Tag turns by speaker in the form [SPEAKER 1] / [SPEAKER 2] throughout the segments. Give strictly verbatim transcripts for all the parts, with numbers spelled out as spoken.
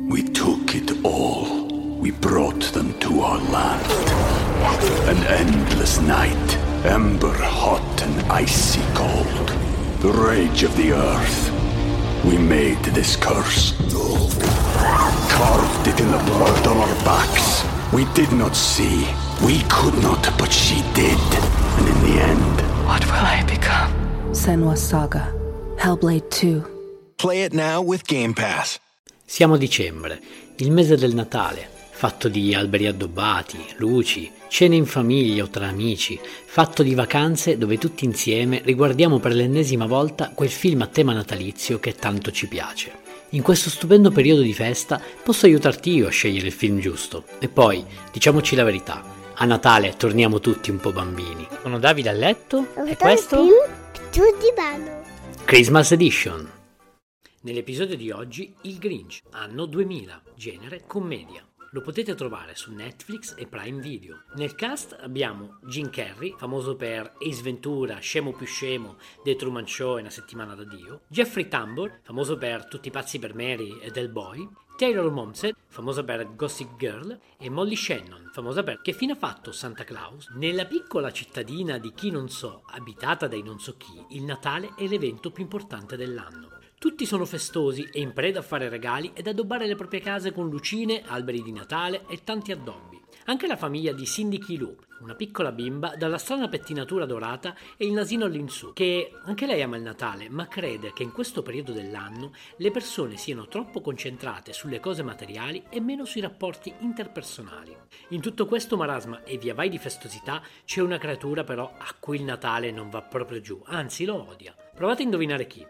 [SPEAKER 1] We took it all. We brought them to our land. An endless night, ember hot and icy cold. The rage of the earth. We made this curse. Carved it in the blood on our backs. We did not see. We could not, but she did. And in the end...
[SPEAKER 2] What will I become?
[SPEAKER 3] Senua's Saga. Hellblade two.
[SPEAKER 4] Play it now with Game Pass.
[SPEAKER 5] Siamo a dicembre, il mese del Natale, fatto di alberi addobbati, luci, cene in famiglia o tra amici, fatto di vacanze dove tutti insieme riguardiamo per l'ennesima volta quel film a tema natalizio che tanto ci piace. In questo stupendo periodo di festa posso aiutarti io a scegliere il film giusto. E poi, diciamoci la verità, a Natale torniamo tutti un po' bambini. Sono Davide a letto e questo?
[SPEAKER 6] Sul divano.
[SPEAKER 5] Christmas Edition. Nell'episodio di oggi il Grinch, anno duemila, genere commedia. Lo potete trovare su Netflix e Prime Video. Nel cast abbiamo Jim Carrey, famoso per Ace Ventura, Scemo più scemo, The Truman Show e Una settimana da Dio, Jeffrey Tambor, famoso per Tutti pazzi per Mary e Del Boy, Taylor Momsen, famosa per Gossip Girl, e Molly Shannon, famosa per Che fine ha fatto Santa Claus? Nella piccola cittadina di chi non so, abitata dai non so chi, il Natale è l'evento più importante dell'anno. Tutti sono festosi e in preda a fare regali ed addobbare le proprie case con lucine, alberi di Natale e tanti addobbi. Anche la famiglia di Cindy Kilou, una piccola bimba dalla strana pettinatura dorata e il nasino all'insù, che anche lei ama il Natale, ma crede che in questo periodo dell'anno le persone siano troppo concentrate sulle cose materiali e meno sui rapporti interpersonali. In tutto questo marasma e via vai di festosità c'è una creatura però a cui il Natale non va proprio giù, anzi lo odia. Provate a indovinare chi.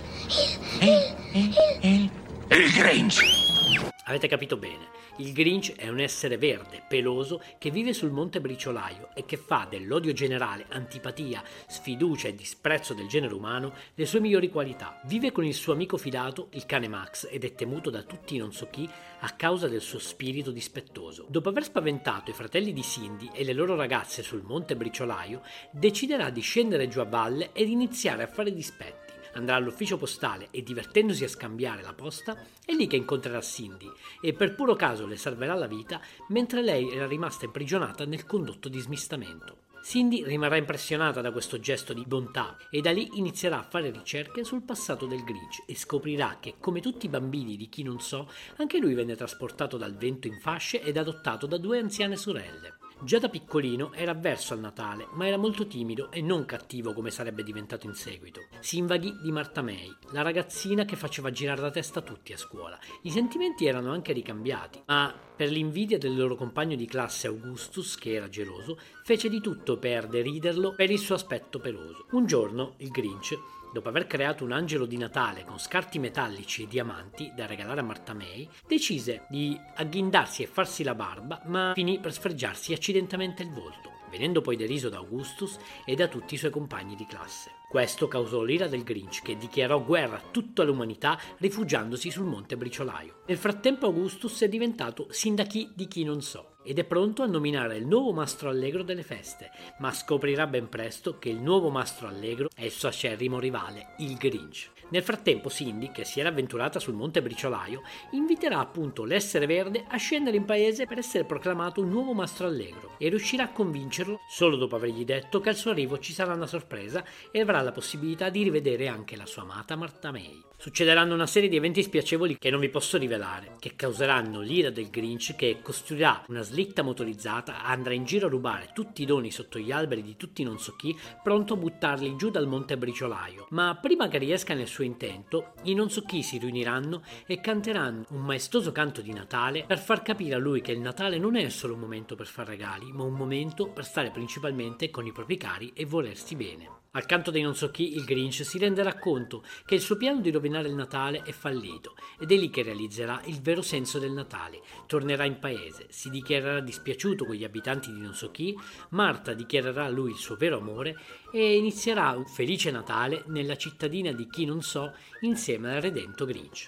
[SPEAKER 1] Il Grinch!
[SPEAKER 5] Avete capito bene, il Grinch è un essere verde, peloso, che vive sul Monte Briciolaio e che fa dell'odio generale, antipatia, sfiducia e disprezzo del genere umano le sue migliori qualità. Vive con il suo amico fidato, il cane Max, ed è temuto da tutti non so chi a causa del suo spirito dispettoso. Dopo aver spaventato i fratelli di Cindy e le loro ragazze sul Monte Briciolaio, deciderà di scendere giù a valle ed iniziare a fare dispetti. Andrà all'ufficio postale e, divertendosi a scambiare la posta, è lì che incontrerà Cindy e per puro caso le salverà la vita mentre lei era rimasta imprigionata nel condotto di smistamento. Cindy rimarrà impressionata da questo gesto di bontà e da lì inizierà a fare ricerche sul passato del Grinch e scoprirà che, come tutti i bambini di chi non so, anche lui venne trasportato dal vento in fasce ed adottato da due anziane sorelle. Già da piccolino era avverso al Natale, ma era molto timido e non cattivo come sarebbe diventato in seguito. Si invaghì di Martha May, la ragazzina che faceva girare la testa a tutti a scuola. I sentimenti erano anche ricambiati, ma per l'invidia del loro compagno di classe Augustus, che era geloso, fece di tutto per deriderlo per il suo aspetto peloso. Un giorno il Grinch, dopo aver creato un angelo di Natale con scarti metallici e diamanti da regalare a Martha May, decise di agghindarsi e farsi la barba, ma finì per sfregiarsi accidentalmente il volto, venendo poi deriso da Augustus e da tutti i suoi compagni di classe. Questo causò l'ira del Grinch, che dichiarò guerra a tutta l'umanità rifugiandosi sul Monte Briciolaio. Nel frattempo Augustus è diventato sindachi di chi non so ed è pronto a nominare il nuovo mastro allegro delle feste, ma scoprirà ben presto che il nuovo mastro allegro è il suo acerrimo rivale, il Grinch. Nel frattempo Cindy, che si era avventurata sul Monte Briciolaio, inviterà appunto l'essere verde a scendere in paese per essere proclamato un nuovo mastro allegro e riuscirà a convincerlo solo dopo avergli detto che al suo arrivo ci sarà una sorpresa e avrà la possibilità di rivedere anche la sua amata Martha May. Succederanno una serie di eventi spiacevoli che non vi posso rivelare, che causeranno l'ira del Grinch, che costruirà una slitta motorizzata, andrà in giro a rubare tutti i doni sotto gli alberi di tutti non so chi, pronto a buttarli giù dal Monte Briciolaio. Ma prima che riesca nel suo intento, i non so chi si riuniranno e canteranno un maestoso canto di Natale per far capire a lui che il Natale non è solo un momento per fare regali, ma un momento per stare principalmente con i propri cari e volersi bene. Al canto dei non so chi, il Grinch si renderà conto che il suo piano di rovinare il Natale è fallito ed è lì che realizzerà il vero senso del Natale. Tornerà in paese, si dichiarerà dispiaciuto con gli abitanti di non so chi, Martha dichiarerà a lui il suo vero amore e inizierà un felice Natale nella cittadina di chi non so insieme al redento Grinch.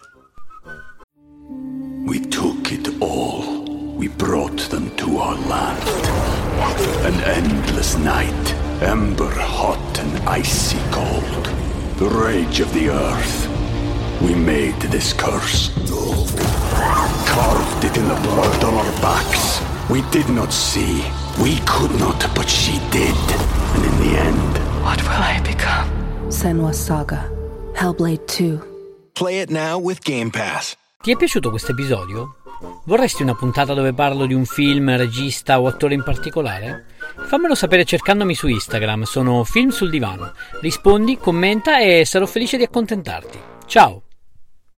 [SPEAKER 1] We took it all. We brought them to our land. An endless night, ember hot and icy cold. The rage of the earth. We made this curse. We did not see. We could not, but she did. And in the end...
[SPEAKER 2] What will I become?
[SPEAKER 3] Senua's Saga. Hellblade two.
[SPEAKER 4] Play it now with Game Pass.
[SPEAKER 5] Ti è piaciuto questo episodio? Vorresti una puntata dove parlo di un film, regista o attore in particolare? Fammelo sapere cercandomi su Instagram, sono Film sul Divano. Rispondi, commenta e sarò felice di accontentarti. Ciao!